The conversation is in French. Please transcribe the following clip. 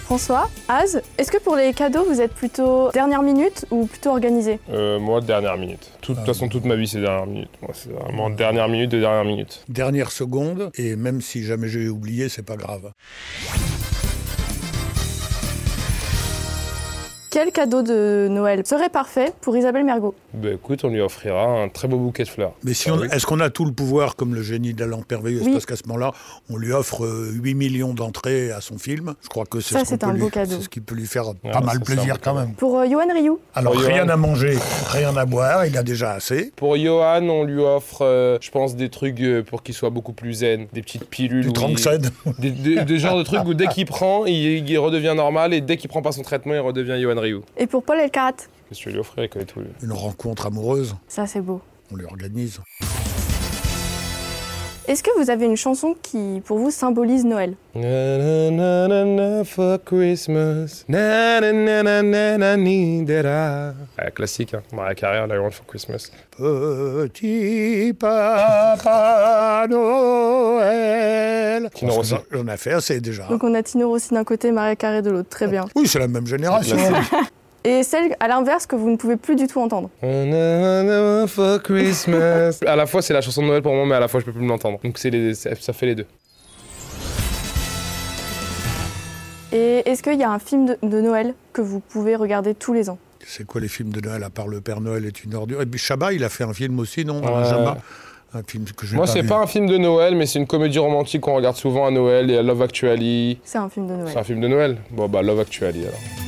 François, Az, est-ce que pour les cadeaux, vous êtes plutôt dernière minute ou plutôt organisé? Moi, dernière minute. De toute façon, toute ma vie, c'est dernière minute. Moi, c'est vraiment dernière minute de dernière minute. Dernière seconde, et même si jamais j'ai oublié, c'est pas grave. Quel cadeau de Noël serait parfait pour Isabelle Mergo? Bah écoute, on lui offrira un très beau bouquet de fleurs. Mais si est-ce qu'on a tout le pouvoir, comme le génie de la lampe merveilleuse? Oui. Parce qu'à ce moment-là, on lui offre 8 millions d'entrées à son film. Je crois que c'est Ça, c'est un beau cadeau. C'est ce qui peut lui faire pas mal plaisir quand même. Pour Yoann Rioux? Alors, Pour rien Yoann. à manger, rien à boire, il a déjà assez. Pour Johan, on lui offre, je pense, des trucs pour qu'il soit beaucoup plus zen. Des petites pilules. Du Tranxène. Des genres de trucs où dès qu'il prend, il redevient normal et dès qu'il prend pas son traitement, il redevient Yoann Rioux. Et pour Paul Elkarat? Qu'est-ce que tu lui offrir, il connaît tout. Lui. Une rencontre amoureuse, Ça, c'est beau. on lui organise. Est-ce que vous avez une chanson qui, pour vous, symbolise Noël? Na na na na na for Christmas. Na na na na na na need it I. Ah, classique, hein. Mariah Carey, I Want for Christmas. Petit papa Noël. Tino Rossi. On a fait assez déjà. Donc on a Tino Rossi d'un côté, Mariah Carey de l'autre. Très bien. Oui, c'est la même génération. Et celle, à l'inverse, que vous ne pouvez plus du tout entendre? Na na na for Christmas. À la fois, c'est la chanson de Noël pour moi, mais à la fois, je peux plus l'entendre. Donc ça fait les deux. Et est-ce qu'il y a un film de Noël que vous pouvez regarder tous les ans? C'est quoi les films de Noël, à part Le Père Noël est une ordure? Et puis Chabat, il a fait un film aussi, non? Ouais. Chabat. Un film que j'ai Moi, pas c'est vu. pas un film de Noël, mais c'est une comédie romantique qu'on regarde souvent à Noël. Et à Love Actually. C'est un film de Noël. C'est un film de Noël? Bon, bah, Love Actually, alors.